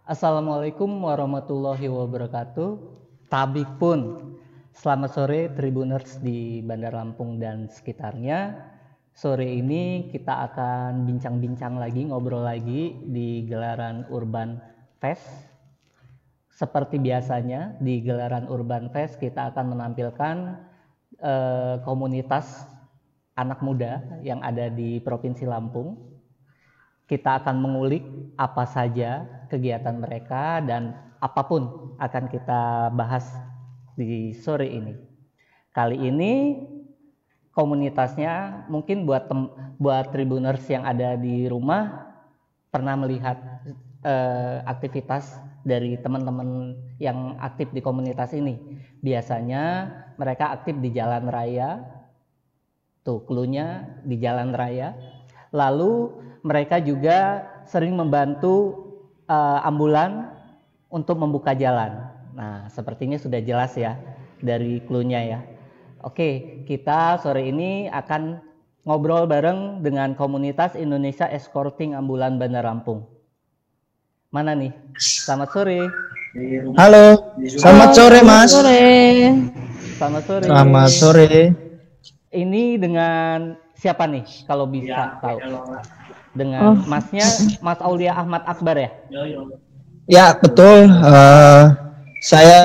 Assalamualaikum warahmatullahi wabarakatuh. Tabik pun. Selamat sore Tribuners di Bandar Lampung dan sekitarnya. Sore ini kita akan bincang-bincang lagi, ngobrol lagi di gelaran Urban Fest. Seperti biasanya di gelaran Urban Fest kita akan menampilkan komunitas anak muda yang ada di Provinsi Lampung. Kita akan mengulik apa saja kegiatan mereka dan apapun akan kita bahas di sore ini. Kali ini komunitasnya mungkin buat Tribuners yang ada di rumah pernah melihat aktivitas dari teman-teman yang aktif di komunitas ini. Biasanya mereka aktif di jalan raya. Tuh, cluenya di jalan raya. Lalu mereka juga sering membantu ambulan untuk membuka jalan. Nah, sepertinya sudah jelas ya dari cluenya ya. Oke, kita sore ini akan ngobrol bareng dengan komunitas Indonesia Escorting Ambulan Bandar Lampung. Mana nih? Selamat sore. Halo, selamat sore Mas. Selamat sore. Selamat sore. Ini dengan siapa nih kalau bisa tahu? Dengan masnya Mas Aulia Ahmad Akbar ya? Ya betul. Saya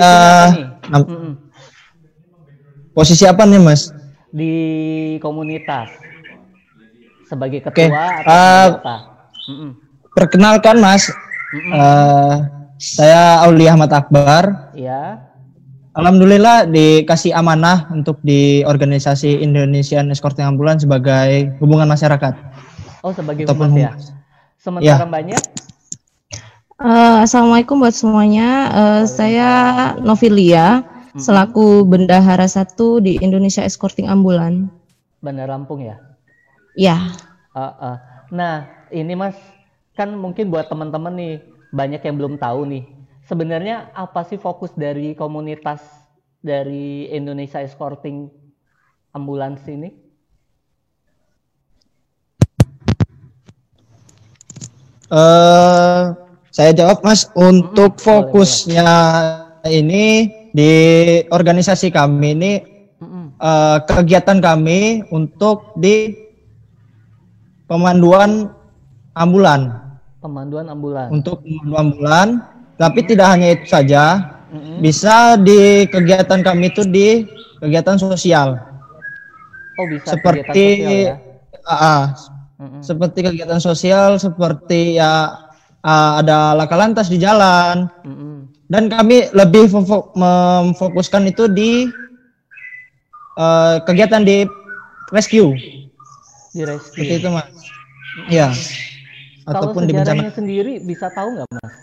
posisi apa nih Mas? Di komunitas sebagai ketua atau apa? Perkenalkan Mas, saya Aulia Ahmad Akbar. Ya. Alhamdulillah dikasih amanah untuk di organisasi Indonesian Escorting Ambulan sebagai hubungan masyarakat. Oh, sebagai humas ya. Sementara Mbaknya? Assalamualaikum buat semuanya. Saya Novilia, selaku Bendahara 1 di Indonesia Escorting Ambulan. Bandar Lampung ya? Ya. Nah, ini Mas, kan mungkin buat teman-teman nih, banyak yang belum tahu nih. Sebenarnya apa sih fokus dari komunitas dari Indonesia Escorting Ambulans ini? Saya jawab Mas, untuk fokusnya ini di organisasi kami ini kegiatan kami untuk di pemanduan ambulan. Pemanduan ambulan. Untuk pemanduan ambulan. Tapi tidak hanya itu saja, bisa di kegiatan kami itu di kegiatan sosial. Oh, bisa seperti kegiatan sosial ya? Seperti kegiatan sosial, seperti ya ada laka lantas di jalan. Dan kami lebih memfokuskan itu di kegiatan di rescue. Di rescue. Seperti itu Mas. Ya. Ataupun di bencana sendiri bisa tahu nggak Mas?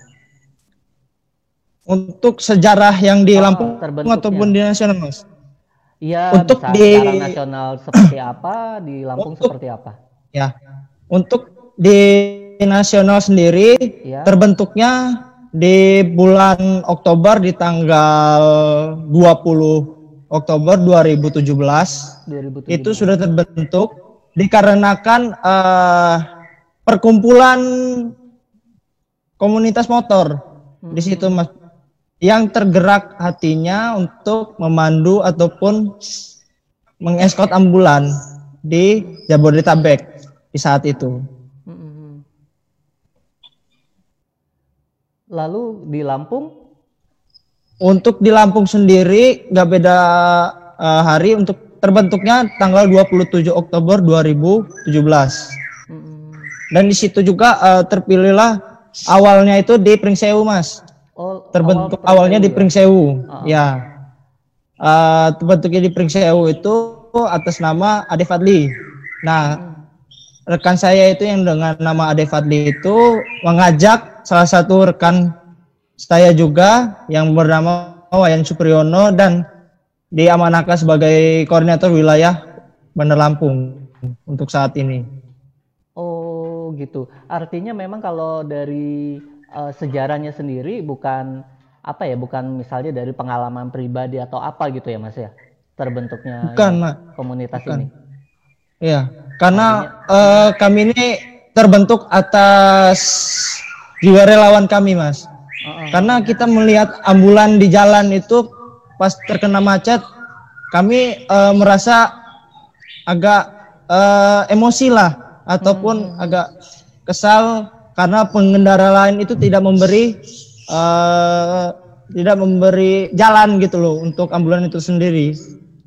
Untuk sejarah yang di Lampung ataupun di nasional Mas? Iya, untuk di secara nasional seperti apa, di Lampung seperti apa? Ya, untuk di nasional sendiri terbentuknya di bulan Oktober di tanggal 20 Oktober 2017. Itu sudah terbentuk dikarenakan perkumpulan komunitas motor di situ Mas, yang tergerak hatinya untuk memandu ataupun mengeskort ambulan di Jabodetabek di saat itu. Lalu di Lampung? Untuk di Lampung sendiri nggak beda hari, untuk terbentuknya tanggal 27 Oktober 2017. Dan di situ juga terpilihlah awalnya itu di Pringsewu Mas. Terbentuk awalnya di Pringsewu. Ya. Terbentuknya di Pringsewu itu atas nama Ade Fadli. Nah, rekan saya itu yang dengan nama Ade Fadli itu mengajak salah satu rekan saya juga yang bernama Wayan Supriyono dan diamanahkan sebagai koordinator wilayah Bandar Lampung untuk saat ini. Oh gitu. Artinya memang kalau dari sejarahnya sendiri bukan bukan misalnya dari pengalaman pribadi atau apa gitu ya Mas ya, terbentuknya komunitas ini. Iya, karena kami ini terbentuk atas jiwa relawan kami Mas. Karena kita melihat ambulan di jalan itu pas terkena macet, kami merasa agak emosi lah, ataupun agak kesal karena pengendara lain itu tidak memberi jalan gitu loh untuk ambulan itu sendiri.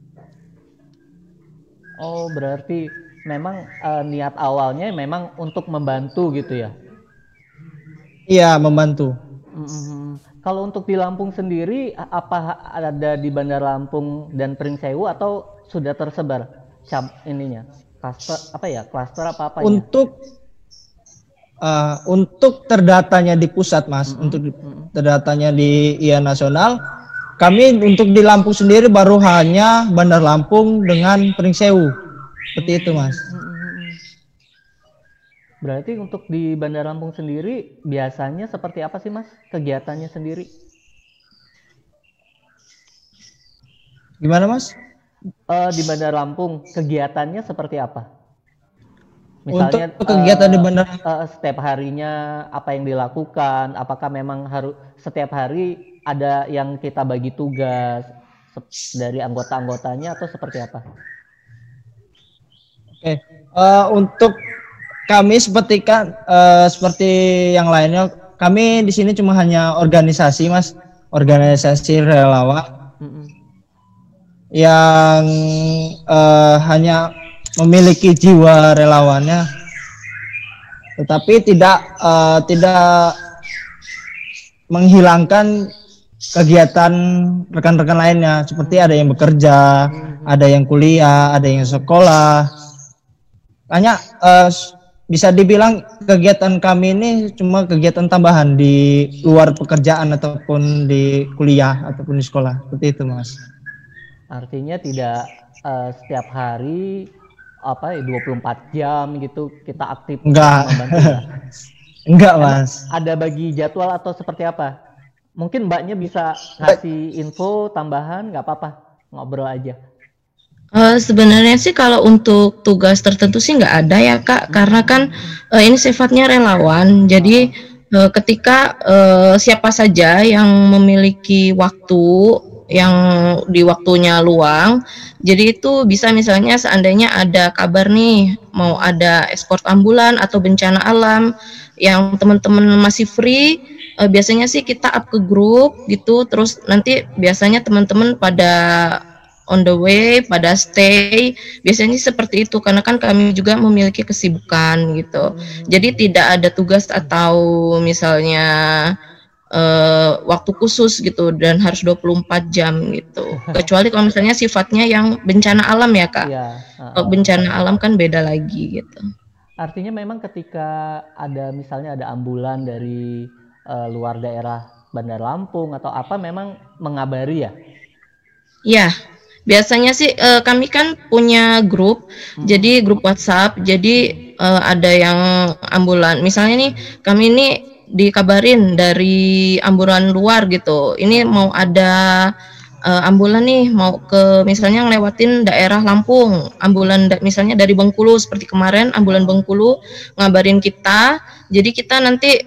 Oh, berarti memang niat awalnya memang untuk membantu gitu ya? Iya, membantu. Kalau untuk di Lampung sendiri, apa ada di Bandar Lampung dan Pringsewu atau sudah tersebar klaster apa-apa ya? Untuk terdatanya di pusat, Mas, untuk terdatanya di IA nasional, kami untuk di Lampung sendiri baru hanya Bandar Lampung dengan Pringsewu. Seperti itu, Mas. Berarti untuk di Bandar Lampung sendiri biasanya seperti apa sih, Mas, kegiatannya sendiri? Gimana, Mas? Di Bandar Lampung kegiatannya seperti apa? Misalnya untuk kegiatan di Bandar setiap harinya apa yang dilakukan? Apakah memang harus setiap hari ada yang kita bagi tugas dari anggota-anggotanya atau seperti apa? Oke, untuk kami seperti yang lainnya, kami di sini cuma hanya organisasi, Mas, organisasi relawan yang hanya memiliki jiwa relawannya, tetapi tidak menghilangkan kegiatan rekan-rekan lainnya, seperti ada yang bekerja, ada yang kuliah, ada yang sekolah. Hanya bisa dibilang kegiatan kami ini cuma kegiatan tambahan di luar pekerjaan ataupun di kuliah ataupun di sekolah, seperti itu, Mas. Artinya tidak setiap hari 24 jam gitu kita aktif membantu ya? Enggak, Mas. Ada bagi jadwal atau seperti apa? Mungkin Mbaknya bisa ngasih info tambahan, nggak apa-apa, ngobrol aja. Sebenarnya sih kalau untuk tugas tertentu sih nggak ada ya, Kak, karena kan ini sifatnya relawan. Jadi ketika siapa saja yang memiliki waktu yang di waktunya luang, jadi itu bisa misalnya seandainya ada kabar nih mau ada eskort ambulan atau bencana alam yang teman-teman masih free, biasanya sih kita up ke grup gitu, terus nanti biasanya teman-teman pada on the way, pada stay, biasanya seperti itu karena kan kami juga memiliki kesibukan gitu. Jadi tidak ada tugas atau misalnya waktu khusus gitu dan harus 24 jam gitu. Kecuali kalau misalnya sifatnya yang bencana alam ya, Kak. Kalau bencana alam kan beda lagi gitu. Artinya memang ketika ada misalnya ada ambulan dari luar daerah Bandar Lampung atau apa memang mengabari ya? Iya. Biasanya sih kami kan punya grup, jadi grup WhatsApp, jadi ada yang ambulan. Misalnya nih, kami ini dikabarin dari ambulan luar gitu. Ini mau ada ambulan nih, mau ke misalnya ngelewatin daerah Lampung, ambulan misalnya dari Bengkulu seperti kemarin ambulan Bengkulu ngabarin kita. Jadi kita nanti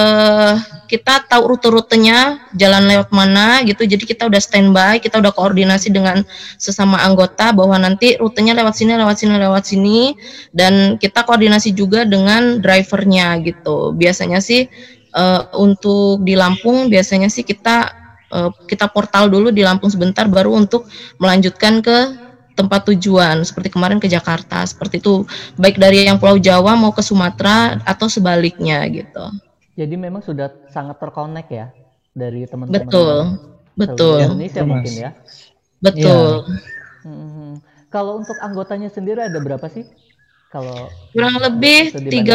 kita tahu rute-rutenya jalan lewat mana gitu. Jadi kita udah standby, kita udah koordinasi dengan sesama anggota bahwa nanti rutenya lewat sini, lewat sini, lewat sini, dan kita koordinasi juga dengan drivernya gitu. Biasanya sih untuk di Lampung biasanya sih kita portal dulu di Lampung sebentar baru untuk melanjutkan ke tempat tujuan seperti kemarin ke Jakarta, seperti itu, baik dari yang Pulau Jawa mau ke Sumatera atau sebaliknya gitu. Jadi memang sudah sangat terkonek ya dari teman-teman. Betul. Indonesia mungkin ya. Betul. Ya. Kalau untuk anggotanya sendiri ada berapa sih? Kalau kurang lebih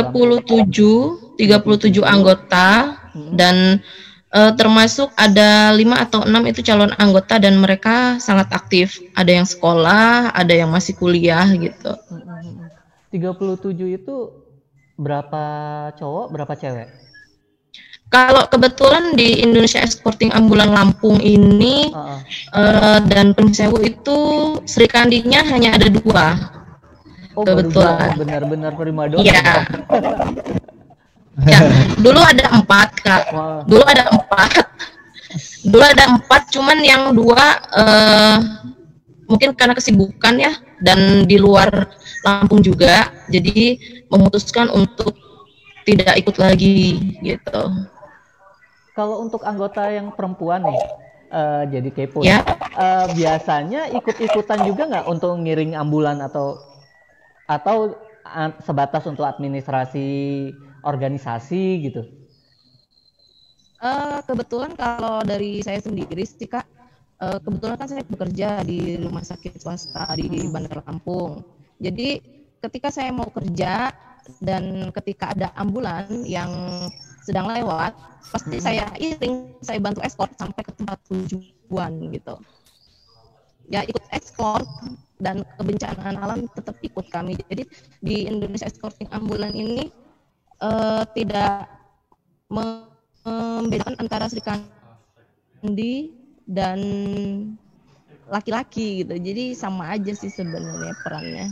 37 anggota dan termasuk ada 5 atau 6 itu calon anggota dan mereka sangat aktif. Ada yang sekolah, ada yang masih kuliah gitu. 37 itu berapa cowok, berapa cewek? Kalau kebetulan di Indonesia Escorting Ambulan Lampung ini dan Pringsewu itu Sri Kandinya hanya ada 2. Oh, kebetulan. Benar-benar primadona. Iya. Ya, dulu ada 4, Kak. Dulu ada 4. Dulu ada 4, cuman yang 2 mungkin karena kesibukan ya, dan di luar Lampung juga, jadi memutuskan untuk tidak ikut lagi gitu. Kalau untuk anggota yang perempuan nih, jadi kepo Ya. biasanya ikut-ikutan juga nggak untuk ngiring ambulan atau sebatas untuk administrasi organisasi gitu? Kebetulan kalau dari saya sendiri sih Kak, kebetulan kan saya bekerja di rumah sakit swasta di Bandar Lampung. Jadi ketika saya mau kerja dan ketika ada ambulan yang sedang lewat, pasti saya iring, saya bantu escort sampai ke tempat tujuan gitu. Ya ikut escort, dan kebencanaan alam tetap ikut kami. Jadi di Indonesia Escorting Ambulan ini tidak membedakan antara Sri Kandi dan laki-laki gitu. Jadi sama aja sih sebenarnya perannya.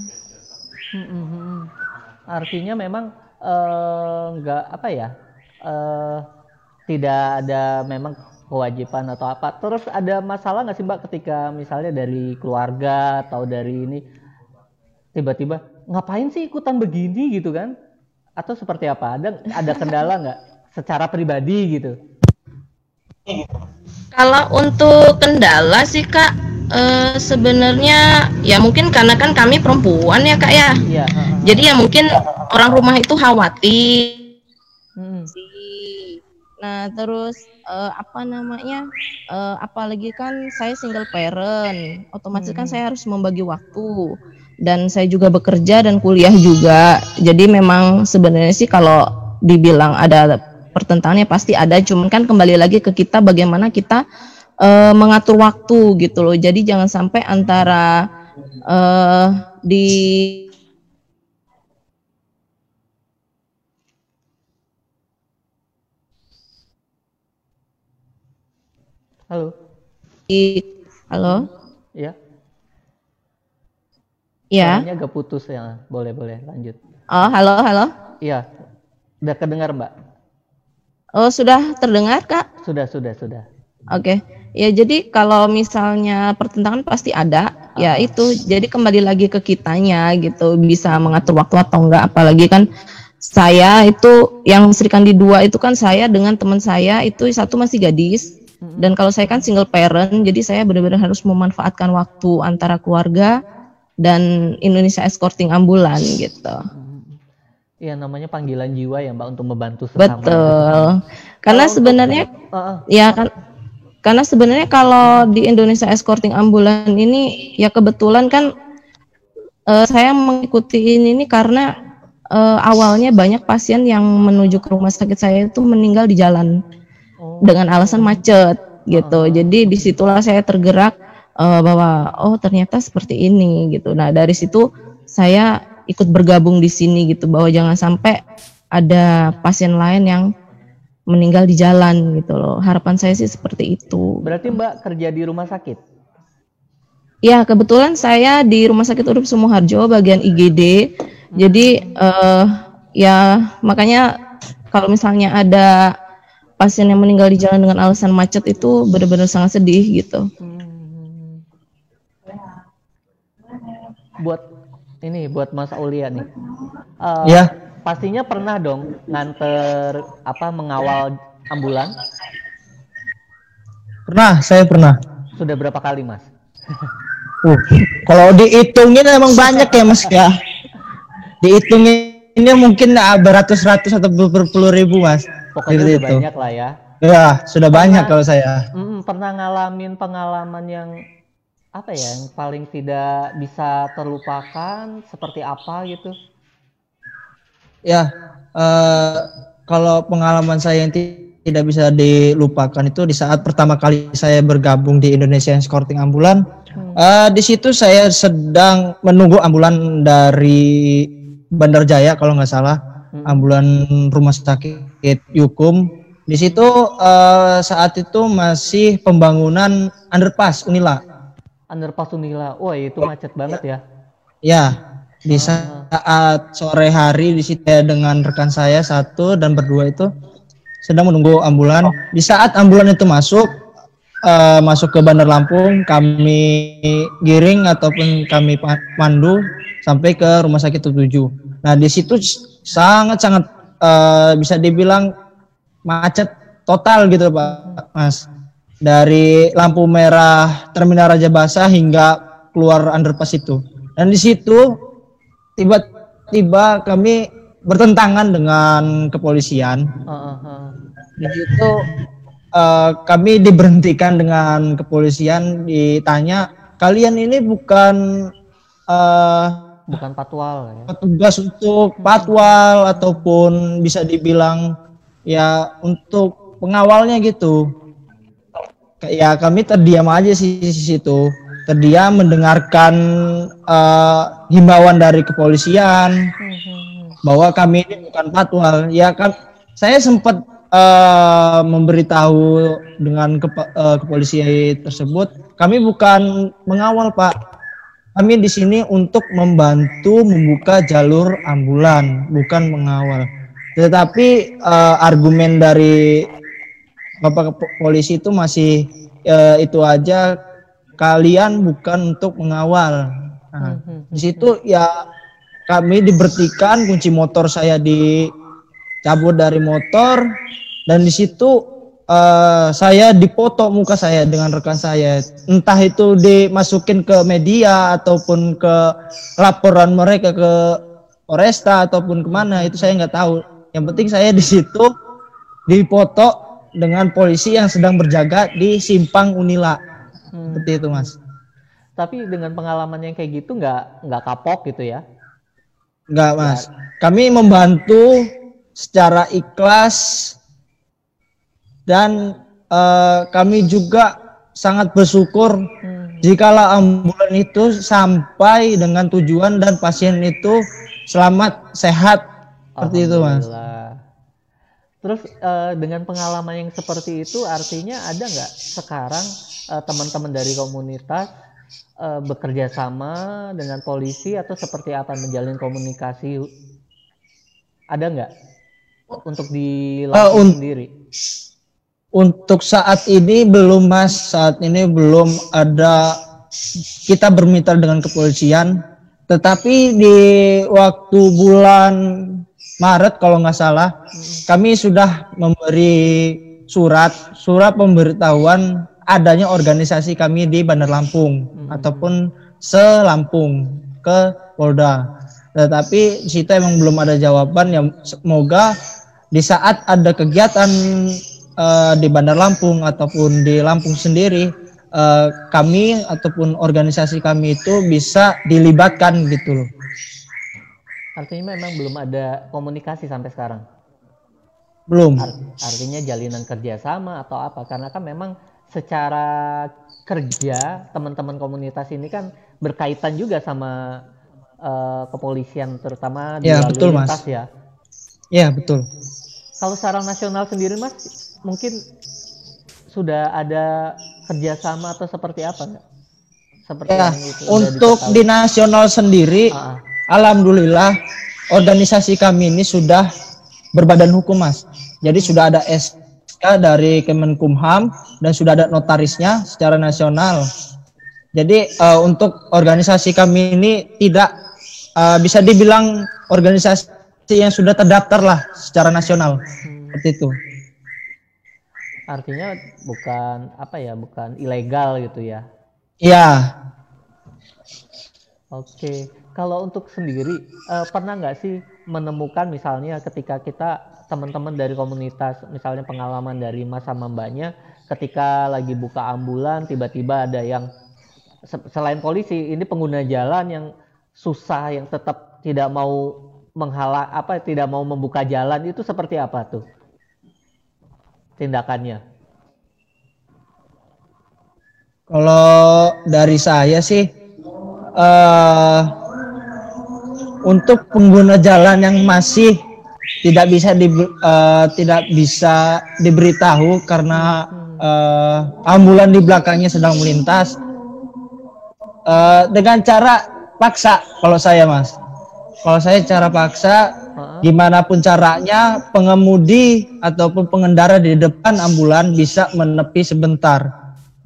Artinya memang nggak tidak ada memang kewajiban atau apa. Terus ada masalah nggak sih Mbak ketika misalnya dari keluarga atau dari ini tiba-tiba ngapain sih ikutan begini gitu kan? Atau seperti apa? Ada kendala nggak secara pribadi gitu? Kalau untuk kendala sih Kak, sebenarnya ya mungkin karena kan kami perempuan ya Kak ya. Iya. Jadi ya mungkin orang rumah itu khawatir. Nah terus apalagi kan saya single parent, otomatis kan saya harus membagi waktu, dan saya juga bekerja dan kuliah juga. Jadi memang sebenarnya sih kalau dibilang ada pertentangannya pasti ada, cuman kan kembali lagi ke kita bagaimana kita mengatur waktu gitu loh. Jadi jangan sampai antara Halo. Halo. Iya. Iya. Suaranya agak putus ya. Boleh lanjut. Oh, halo. Iya. Udah kedengar Mbak? Oh, sudah terdengar Kak? Sudah. Oke. Ya jadi kalau misalnya pertentangan pasti ada. Ya itu. Jadi kembali lagi ke kitanya gitu, bisa mengatur waktu atau enggak. Apalagi kan saya itu yang Sri Kandi 2 itu kan saya dengan teman saya itu satu masih gadis. Dan kalau saya kan single parent, jadi saya benar-benar harus memanfaatkan waktu antara keluarga dan Indonesia Escorting Ambulan gitu. Iya, namanya panggilan jiwa ya Mbak untuk membantu sesama. Betul. Karena sebenarnya karena sebenarnya kalau di Indonesia Escorting Ambulan ini ya kebetulan kan saya mengikuti ini karena awalnya banyak pasien yang menuju ke rumah sakit saya itu meninggal di jalan. Dengan alasan macet gitu. Jadi disitulah saya tergerak bahwa ternyata seperti ini gitu. Nah dari situ saya ikut bergabung di sini gitu, bahwa jangan sampai ada pasien lain yang meninggal di jalan gitu loh. Harapan saya sih seperti itu. Berarti Mbak kerja di rumah sakit? Ya kebetulan saya di Rumah Sakit Urip Sumoharjo bagian IGD. Jadi ya makanya kalau misalnya ada pasien yang meninggal di jalan dengan alasan macet itu benar-benar sangat sedih gitu. Buat Mas Aulia nih. Ya. Pastinya pernah dong nganter mengawal ambulan? Saya pernah. Sudah berapa kali Mas? Kalau dihitungin emang banyak ya Mas ya. Dihitungin ini mungkin beratus-ratus atau berpuluh ribu Mas. Pokoknya udah banyak lah ya. Ya, sudah banyak kalau saya. Pernah ngalamin pengalaman yang yang paling tidak bisa terlupakan seperti apa gitu? Ya, kalau pengalaman saya yang tidak bisa dilupakan itu di saat pertama kali saya bergabung di Indonesia Escorting Ambulan. Di situ saya sedang menunggu ambulan dari Bandar Jaya kalau nggak salah, ambulan rumah sakit Yukum. Di situ saat itu masih pembangunan underpass Unila. Underpass Unila, wah itu macet banget ya. Ya, di saat sore hari di situ dengan rekan saya satu dan berdua itu sedang menunggu ambulan. Di saat ambulan itu masuk, masuk ke Bandar Lampung, kami giring ataupun kami pandu sampai ke Rumah Sakit 7. Nah, di situ sangat-sangat bisa dibilang macet total gitu Pak Mas. Dari lampu merah Terminal Raja Basa hingga keluar underpass itu. Dan di situ tiba-tiba kami bertentangan dengan kepolisian. Di situ kami diberhentikan dengan kepolisian, ditanya, kalian ini bukan patwal ya? Petugas untuk patwal ataupun bisa dibilang ya untuk pengawalnya gitu. Ya kami terdiam aja sih di situ, terdiam mendengarkan himbauan dari kepolisian bahwa kami ini bukan patwal. Ya kan, saya sempat memberitahu dengan kepolisian tersebut, kami bukan mengawal Pak, kami di sini untuk membantu membuka jalur ambulan, bukan mengawal. Tetapi argumen dari Bapak polisi itu masih itu aja, kalian bukan untuk mengawal. Nah, di situ ya kami diberhentikan, kunci motor saya dicabut dari motor, dan di situ saya dipoto muka saya dengan rekan saya. Entah itu dimasukin ke media ataupun ke laporan mereka ke Polresta ataupun kemana, itu saya nggak tahu. Yang penting saya di situ dipoto dengan polisi yang sedang berjaga di simpang Unila. Seperti itu Mas. Tapi dengan pengalaman yang kayak gitu nggak kapok gitu ya? Nggak Mas. Kami membantu secara ikhlas dan kami juga sangat bersyukur jikalau ambulan itu sampai dengan tujuan dan pasien itu selamat sehat. Seperti itu Mas. Terus dengan pengalaman yang seperti itu, artinya ada nggak sekarang teman-teman dari komunitas bekerja sama dengan polisi atau seperti apa, menjalin komunikasi? Ada nggak untuk di Lampung sendiri? Untuk saat ini belum Mas, saat ini belum ada kita bermitra dengan kepolisian. Tetapi di waktu bulan Maret kalau nggak salah, kami sudah memberi surat pemberitahuan adanya organisasi kami di Bandar Lampung ataupun se-Lampung ke Polda. Tetapi di situ emang belum ada jawaban. Ya semoga di saat ada kegiatan di Bandar Lampung ataupun di Lampung sendiri, kami ataupun organisasi kami itu bisa dilibatkan gitu loh. Artinya memang belum ada komunikasi sampai sekarang? Belum. Artinya jalinan kerjasama atau apa? Karena kan memang secara kerja teman-teman komunitas ini kan berkaitan juga sama kepolisian, terutama di lalu lintas ya? Ya betul. Kalau secara nasional sendiri Mas, mungkin sudah ada kerjasama atau seperti apa nggak? Seperti ya, itu, untuk di nasional sendiri, alhamdulillah organisasi kami ini sudah berbadan hukum Mas. Jadi sudah ada SK dari Kemenkumham dan sudah ada notarisnya secara nasional. Jadi untuk organisasi kami ini tidak bisa dibilang organisasi yang sudah terdaftar lah secara nasional. Seperti itu. Artinya bukan ilegal gitu ya? Iya. Oke. Kalau untuk sendiri, pernah nggak sih menemukan misalnya ketika kita teman-teman dari komunitas, misalnya pengalaman dari Mas sama Mbaknya, ketika lagi buka ambulan, tiba-tiba ada yang selain polisi, ini pengguna jalan yang susah, yang tetap tidak mau tidak mau membuka jalan, itu seperti apa tuh tindakannya? Kalau dari saya sih, untuk pengguna jalan yang masih tidak bisa diberitahu karena ambulan di belakangnya sedang melintas, dengan cara paksa. Kalau saya Mas, cara paksa, gimana pun caranya pengemudi ataupun pengendara di depan ambulan bisa menepi sebentar.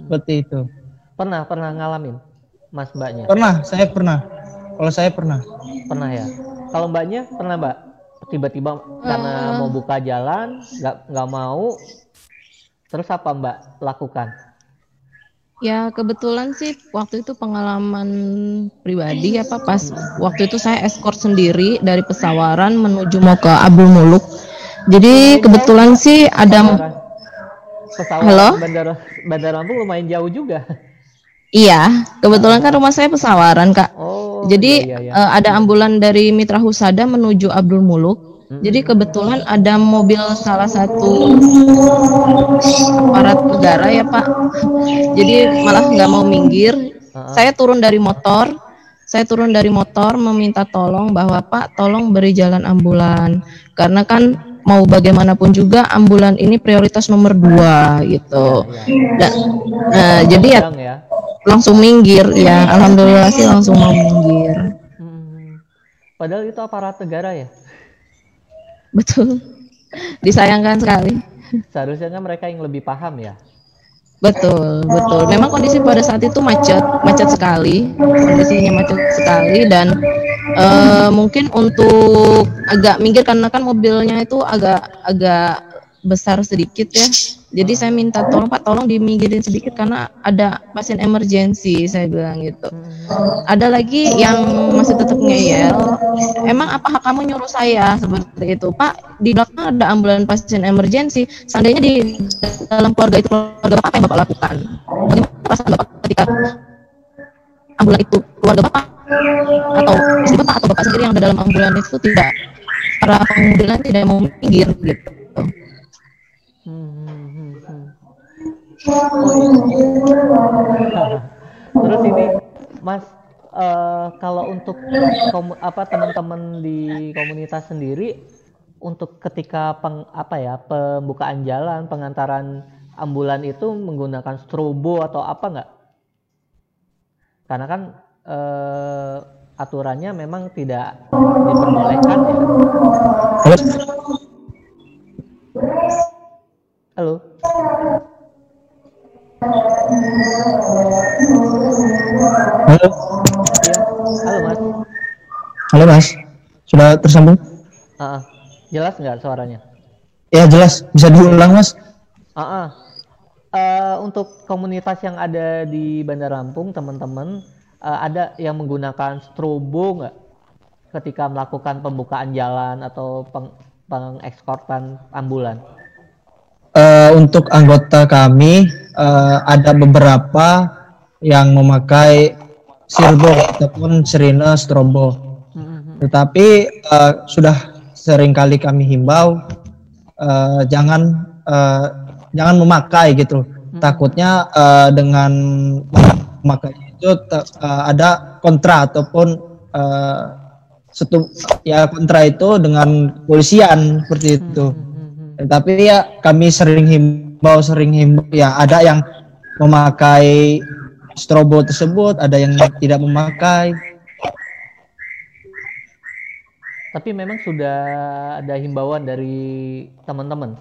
seperti itu. Pernah ngalamin, Mas Mbaknya? Saya pernah. Kalau saya pernah. Pernah ya. Kalau Mbaknya pernah Mbak? Tiba-tiba karena mau buka jalan, nggak mau, terus apa Mbak lakukan? Ya kebetulan sih waktu itu pengalaman pribadi ya Pak, pas waktu itu saya escort sendiri dari Pesawaran menuju mau ke Abdul Muluk. Jadi kebetulan sih ada Pesawaran Bandara Lampung lumayan jauh juga. Iya, kebetulan kan rumah saya Pesawaran Kak. Oh, Jadi iya. ada ambulan dari Mitra Husada menuju Abdul Muluk. Jadi kebetulan ada mobil salah satu aparat negara ya Pak. Jadi malah nggak mau minggir. Saya turun dari motor meminta tolong bahwa Pak tolong beri jalan ambulan. Karena kan mau bagaimanapun juga ambulan ini prioritas nomor 2 gitu. Dan jadi ya langsung minggir ya. Alhamdulillah sih langsung mau minggir. Padahal itu aparat negara ya. Betul. Disayangkan sekali. Seharusnya kan mereka yang lebih paham ya. Betul. Memang kondisi pada saat itu macet sekali. Kondisinya macet sekali dan mungkin untuk agak minggir karena kan mobilnya itu agak besar sedikit ya. Jadi saya minta tolong Pak, tolong diminggirin sedikit karena ada pasien emergency, saya bilang gitu. Ada lagi yang masih tetap ngeyel, emang apa hak kamu nyuruh saya seperti itu Pak? Di belakang ada ambulan pasien emergency, seandainya di dalam keluarga itu keluarga Bapak, apa yang Bapak lakukan? Bagaimana perasaan Bapak ketika ambulan itu keluarga Bapak atau istri Bapak atau Bapak sendiri yang ada dalam ambulan itu tidak, para pengemudi tidak mau minggir gitu. Terus ini Mas, kalau untuk teman-teman di komunitas sendiri untuk ketika pembukaan jalan, pengantaran ambulan itu menggunakan strobo atau apa nggak? Karena kan aturannya memang tidak diperbolehkan ya. Halo. Halo. Ya, halo Mas. Halo Mas. Sudah tersambung? Jelas nggak suaranya? Ya jelas. Bisa diulang Mas? Untuk komunitas yang ada di Bandar Lampung, teman-teman, ada yang menggunakan strobo nggak ketika melakukan pembukaan jalan atau pengekskortan ambulan? Untuk anggota kami ada beberapa yang memakai sirbo ataupun sirine strobo. Tetapi sudah sering kali kami himbau jangan memakai gitu. Takutnya dengan memakai itu ada kontra ataupun kontra itu dengan kepolisian seperti itu. Tapi ya kami sering himbau ya, ada yang memakai strobo tersebut, ada yang tidak memakai. Tapi memang sudah ada himbauan dari teman-teman.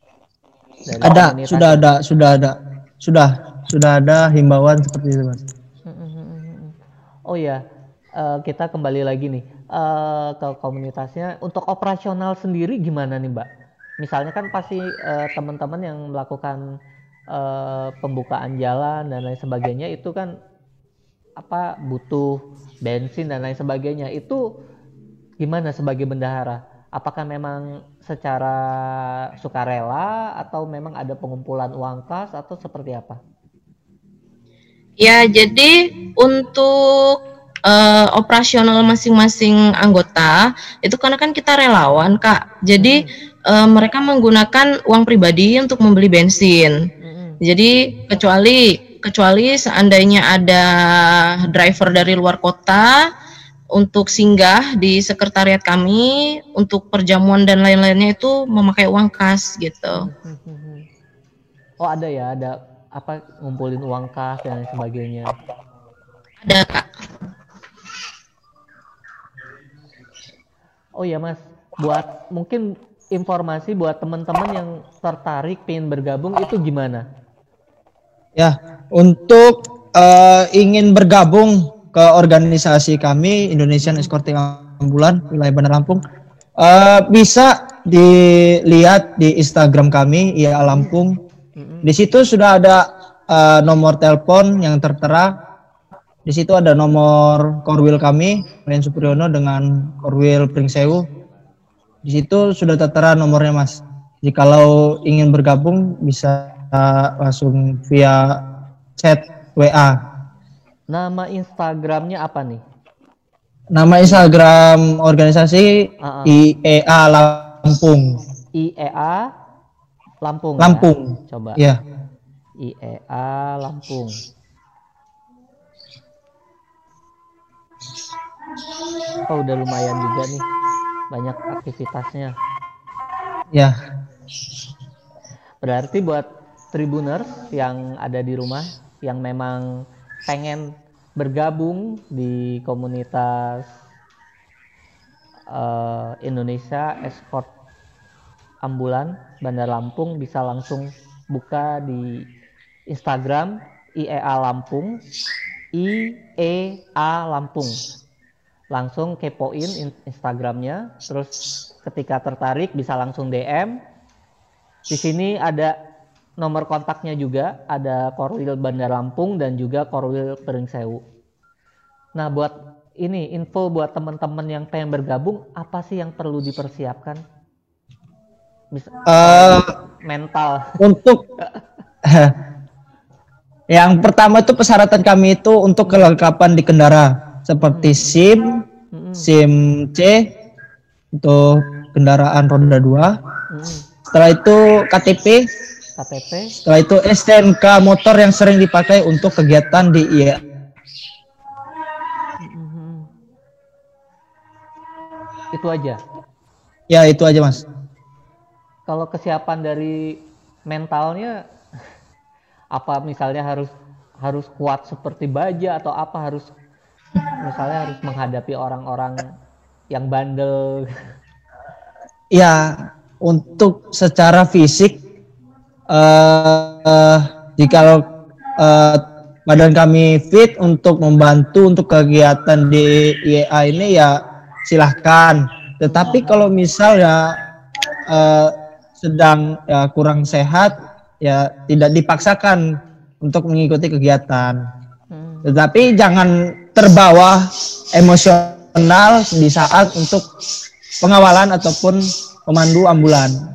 Sudah ada himbauan seperti itu, Mas. Oh ya, kita kembali lagi nih ke komunitasnya. Untuk operasional sendiri gimana nih, Mbak? Misalnya kan pasti teman-teman yang melakukan pembukaan jalan dan lain sebagainya itu kan butuh bensin dan lain sebagainya. Itu gimana sebagai bendahara? Apakah memang secara sukarela atau memang ada pengumpulan uang kas atau seperti apa? Ya, jadi untuk operasional masing-masing anggota itu karena kan kita relawan Kak, jadi mereka menggunakan uang pribadi untuk membeli bensin. Jadi kecuali seandainya ada driver dari luar kota untuk singgah di sekretariat kami untuk perjamuan dan lain-lainnya itu memakai uang kas gitu. Oh ada ya, ada ngumpulin uang kas dan lain sebagainya. Ada Kak. Oh ya Mas, buat mungkin informasi buat teman-teman yang tertarik pengen bergabung itu gimana? Ya, untuk ingin bergabung ke organisasi kami Indonesian Escorting Ambulan wilayah Bandar Lampung, bisa dilihat di Instagram kami IAA Lampung. Di situ sudah ada nomor telepon yang tertera. Di situ ada nomor Korwil kami, Rian Supriyono dengan Korwil Pringsewu. Di situ sudah tertera nomornya, Mas. Jikalau ingin bergabung bisa langsung via chat WA. Nama Instagramnya apa nih? Nama Instagram organisasi IEA Lampung. IEA Lampung. Lampung. Ya? Coba. Ya. IEA Lampung. Oh, udah lumayan juga nih. Banyak aktivitasnya. Ya. Berarti buat Tribuners yang ada di rumah yang memang pengen bergabung di komunitas Indonesia Escort Ambulan Bandar Lampung bisa langsung buka di Instagram IEA Lampung, IEA Lampung. Langsung kepoin Instagramnya, terus ketika tertarik bisa langsung DM. Di sini ada nomor kontaknya juga, ada Korwil Bandar Lampung dan juga Korwil Pringsewu. Nah, buat ini info buat teman-teman yang pengen bergabung, apa sih yang perlu dipersiapkan? Mental. Untuk yang pertama itu persyaratan kami itu untuk kelengkapan di kendara seperti SIM, SIM C untuk kendaraan roda 2. Setelah itu KTP. Setelah itu STNK motor yang sering dipakai untuk kegiatan di IEA. Itu aja. Ya, itu aja, Mas. Kalau kesiapan dari mentalnya apa, misalnya harus kuat seperti baja atau apa, harus menghadapi orang-orang yang bandel. Ya, untuk secara fisik jika badan kami fit untuk membantu untuk kegiatan di IEA ini ya silahkan. Tetapi kalau misal ya sedang ya kurang sehat ya tidak dipaksakan untuk mengikuti kegiatan. Tetapi jangan terbawa emosional di saat untuk pengawalan ataupun pemandu ambulan.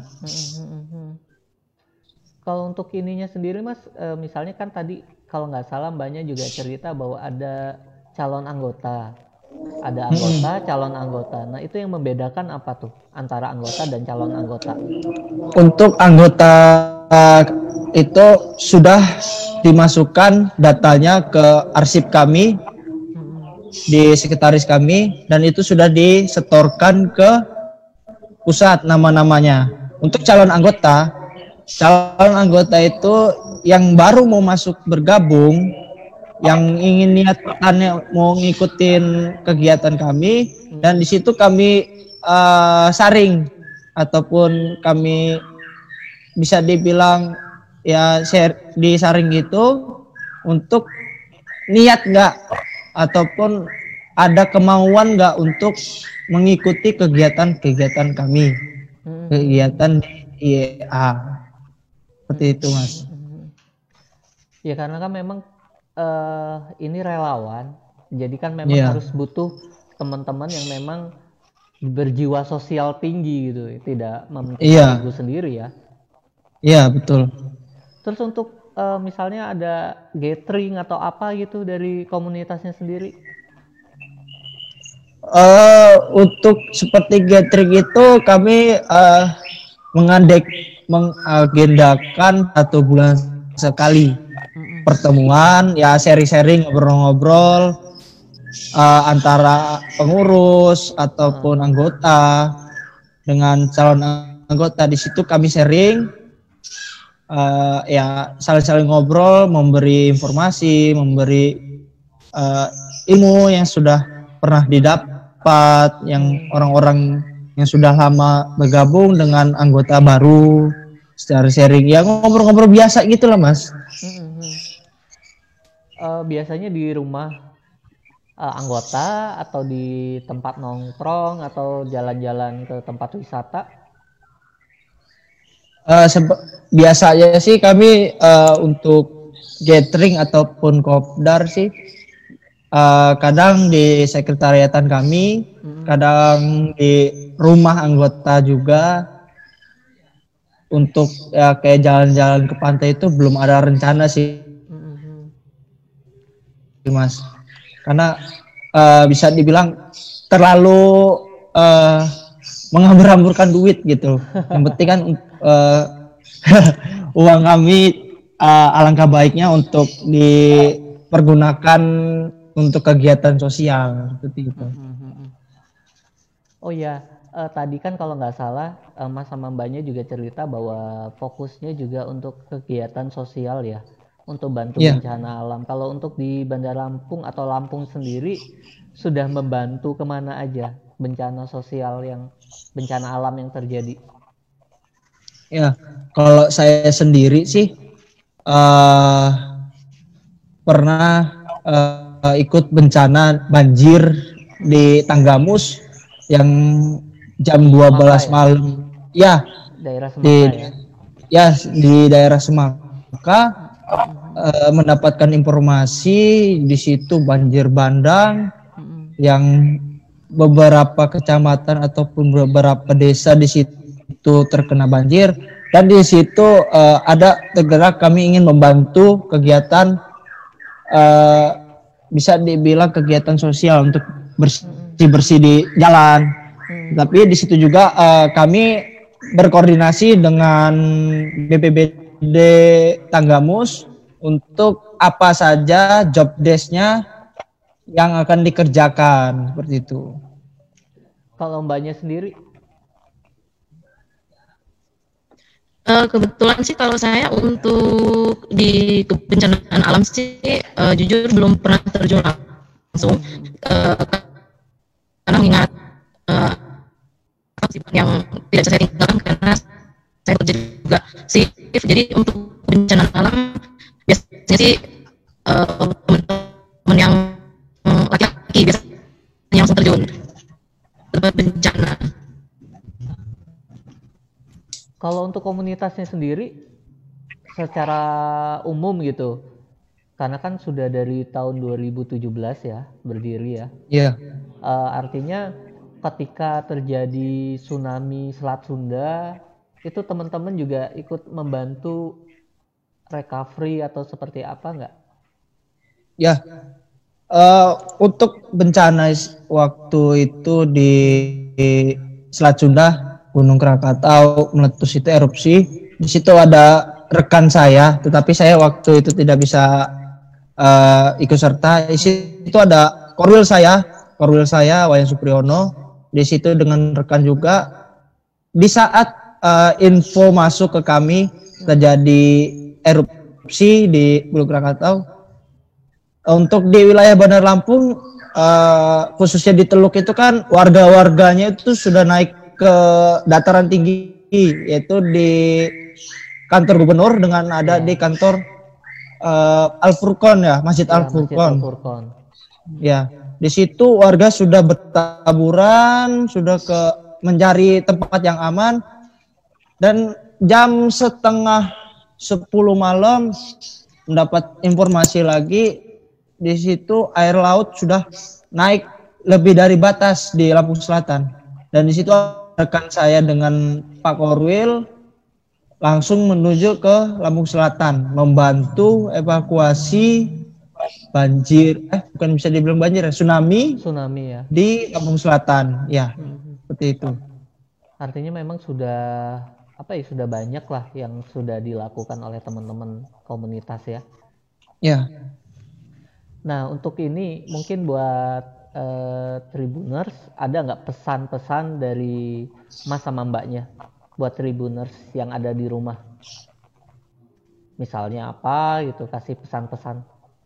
Kalau untuk ininya sendiri, Mas, misalnya kan tadi kalau nggak salah Mbaknya juga cerita bahwa ada calon anggota, ada anggota, calon anggota. Nah, itu yang membedakan apa tuh antara anggota dan calon anggota? Untuk anggota itu sudah dimasukkan datanya ke arsip kami di sekretaris kami dan itu sudah disetorkan ke pusat nama-namanya. Untuk calon anggota itu yang baru mau masuk bergabung, yang ingin niatannya mau ngikutin kegiatan kami, dan di situ kami saring ataupun kami bisa dibilang ya disaring gitu untuk niat nggak ataupun ada kemauan nggak untuk mengikuti kegiatan kami, kegiatan di IEA. Seperti itu, Mas. Ya karena kan memang ini relawan, jadi kan memang harus butuh teman-teman yang memang berjiwa sosial tinggi gitu, tidak mementingkan ego sendiri ya. Iya, betul. Terus untuk misalnya ada gathering atau apa gitu dari komunitasnya sendiri? Untuk seperti gathering itu kami mengagendakan 1 bulan sekali pertemuan, ya sharing-sharing, ngobrol-ngobrol antara pengurus ataupun anggota dengan calon anggota. Di situ kami sharing, ya saling-saling ngobrol, memberi informasi, memberi ilmu yang sudah pernah didapat, yang orang-orang yang sudah lama bergabung dengan anggota baru, secara sharing, ya ngobrol-ngobrol biasa gitu lah, Mas. biasanya di rumah anggota atau di tempat nongkrong atau jalan-jalan ke tempat wisata? Biasanya sih kami untuk gathering ataupun kopdar sih kadang di sekretariatan kami, kadang di rumah anggota juga. Untuk kayak jalan-jalan ke pantai itu belum ada rencana sih, Mas. Karena bisa dibilang terlalu menghambur-hamburkan duit gitu. Yang penting kan uang kami alangkah baiknya untuk dipergunakan untuk kegiatan sosial seperti itu. Oh ya, tadi kan kalau nggak salah Mas sama Mbaknya juga cerita bahwa fokusnya juga untuk kegiatan sosial ya, untuk bantu bencana alam. Kalau untuk di Bandar Lampung atau Lampung sendiri sudah membantu kemana aja bencana sosial bencana alam yang terjadi? Ya, kalau saya sendiri sih pernah ikut bencana banjir di Tanggamus yang jam 12 malam. Ya, daerah Semangka di daerah Semangka mendapatkan informasi di situ banjir bandang yang beberapa kecamatan ataupun beberapa desa di situ terkena banjir, dan di situ ada tergerak kami ingin membantu kegiatan bisa dibilang kegiatan sosial untuk bersih-bersih di jalan. Tapi di situ juga kami berkoordinasi dengan BPBD Tanggamus untuk apa saja job desk-nya yang akan dikerjakan seperti itu. Kalau Mbaknya sendiri? Kebetulan sih kalau saya untuk di kebencanaan alam sih jujur belum pernah terjun langsung karena mengingat yang tidak bisa saya tinggalkan karena saya kerja juga sipil. Jadi untuk bencana alam biasanya sih teman-teman yang laki-laki biasanya langsung terjun tempat bencana. Kalau untuk komunitasnya sendiri secara umum gitu, karena kan sudah dari tahun 2017 ya berdiri ya. Iya. Artinya ketika terjadi tsunami Selat Sunda, itu teman-teman juga ikut membantu recovery atau seperti apa nggak? Ya, untuk bencana waktu itu di Selat Sunda, Gunung Krakatau meletus itu erupsi. Di situ ada rekan saya, tetapi saya waktu itu tidak bisa ikut serta. Di situ ada korwil saya, Wayan Supriyono. Di situ dengan rekan juga. Di saat info masuk ke kami terjadi erupsi di Gunung Krakatau, untuk di wilayah Bandar Lampung khususnya di Teluk itu kan warga-warganya itu sudah naik ke dataran tinggi, yaitu di kantor gubernur dengan ada di kantor Al-Furqon ya, Masjid Al-Furqon. Ya, di situ warga sudah bertaburan, sudah mencari tempat yang aman, dan jam setengah 10 malam mendapat informasi lagi di situ air laut sudah naik lebih dari batas di Lampung Selatan, dan di situ rekan saya dengan Pak Korwil langsung menuju ke Lampung Selatan membantu evakuasi banjir, bukan bisa dibilang banjir ya, tsunami ya di Lampung Selatan ya. Seperti itu. Artinya memang sudah sudah banyak lah yang sudah dilakukan oleh teman-teman komunitas ya. Ya. Nah, untuk ini mungkin buat Tribuners, ada nggak pesan-pesan dari Mas sama Mbaknya buat Tribuners yang ada di rumah? Misalnya apa gitu, kasih pesan-pesan.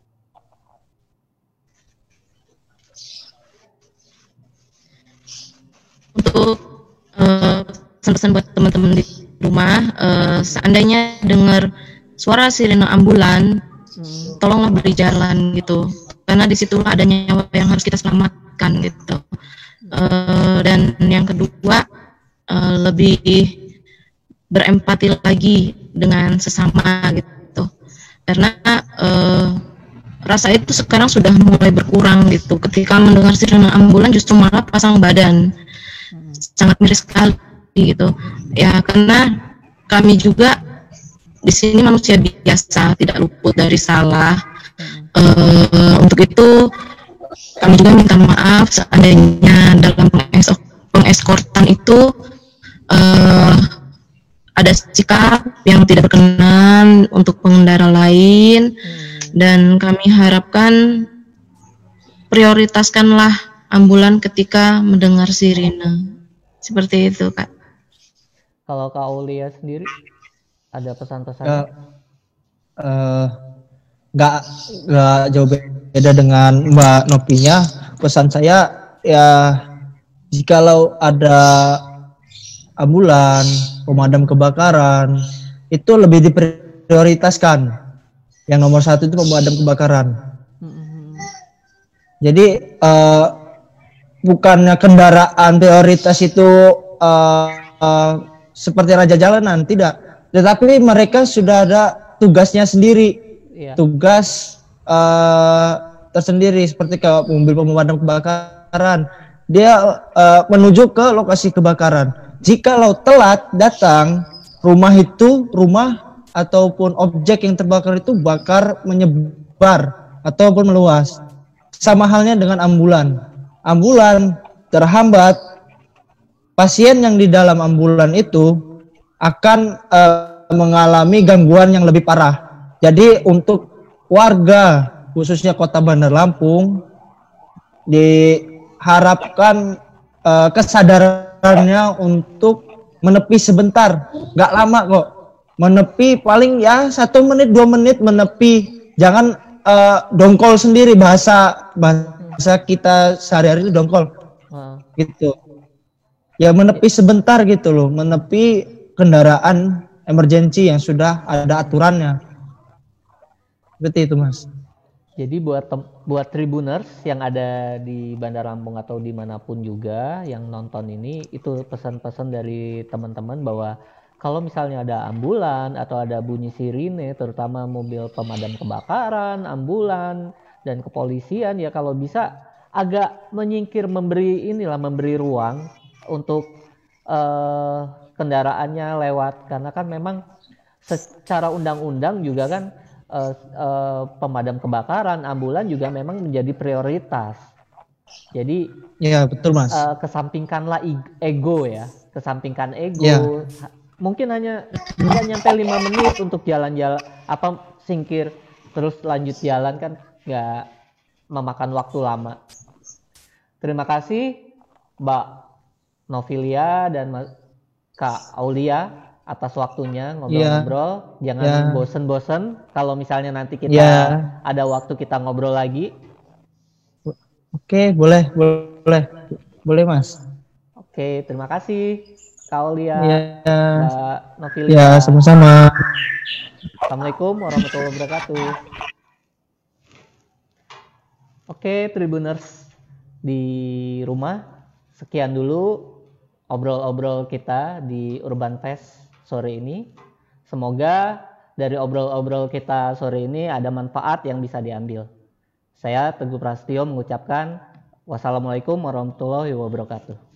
Untuk pesan-pesan buat teman-teman di rumah, seandainya dengar suara sirene ambulan, tolonglah beri jalan gitu, karena disitulah ada nyawa yang harus kita selamatkan gitu. Dan yang kedua, lebih berempati lagi dengan sesama gitu, karena rasa itu sekarang sudah mulai berkurang gitu. Ketika mendengar sirene ambulan justru malah pasang badan, sangat miris sekali gitu ya, karena kami juga di sini manusia biasa, tidak luput dari salah. Untuk itu kami juga minta maaf seandainya dalam pengeskortan itu ada sikap yang tidak berkenan untuk pengendara lain, dan kami harapkan prioritaskanlah ambulan ketika mendengar sirine. Seperti itu, Kak. Kalau Kak Aulia sendiri ada pesan-pesan? Nggak jauh beda dengan Mbak Nopinya. Pesan saya ya, jikalau ada ambulan, pemadam kebakaran, itu lebih diprioritaskan. Yang nomor satu itu pemadam kebakaran. Jadi bukannya kendaraan prioritas itu seperti raja jalanan, tidak. Tetapi mereka sudah ada tugasnya sendiri, tugas tersendiri, seperti ke mobil pemadam kebakaran. Dia menuju ke lokasi kebakaran. Jikalau telat datang, rumah ataupun objek yang terbakar itu bakar menyebar ataupun meluas. Sama halnya dengan ambulan. Ambulan terhambat, pasien yang di dalam ambulan itu akan mengalami gangguan yang lebih parah. Jadi untuk warga khususnya Kota Bandar Lampung diharapkan kesadarannya untuk menepi sebentar, nggak lama kok, menepi paling ya 1 menit 2 menit menepi, jangan dongkol sendiri, bahasa kita sehari-hari itu dongkol gitu ya, menepi sebentar gitu loh, menepi kendaraan emergensi yang sudah ada aturannya, seperti itu Mas. Jadi buat Tribuners yang ada di Bandar Lampung atau dimanapun juga yang nonton ini, itu pesan-pesan dari teman-teman bahwa kalau misalnya ada ambulan atau ada bunyi sirine, terutama mobil pemadam kebakaran, ambulan, dan kepolisian, ya kalau bisa agak menyingkir, memberi ruang untuk kendaraannya lewat, karena kan memang secara undang-undang juga kan pemadam kebakaran, ambulan juga memang menjadi prioritas. Jadi ya betul Mas. Kesampingkanlah ego ya, kesampingkan ego. Ya. Mungkin hanya nggak nyampe 5 menit untuk jalan-jalan, singkir terus lanjut jalan, kan nggak memakan waktu lama. Terima kasih Mbak Novilia dan Kak Aulia atas waktunya ngobrol-ngobrol. Jangan bosen-bosen. Kalau misalnya nanti kita ada waktu, kita ngobrol lagi. Oke, boleh Mas. Oke, terima kasih Kak Aulia, Mbak Novilia. Ya, sama-sama. Assalamualaikum warahmatullahi wabarakatuh. Oke, Tribuners di rumah, sekian dulu obrol-obrol kita di Urban Fest sore ini. Semoga dari obrol-obrol kita sore ini ada manfaat yang bisa diambil. Saya Teguh Prasetyo mengucapkan wassalamualaikum warahmatullahi wabarakatuh.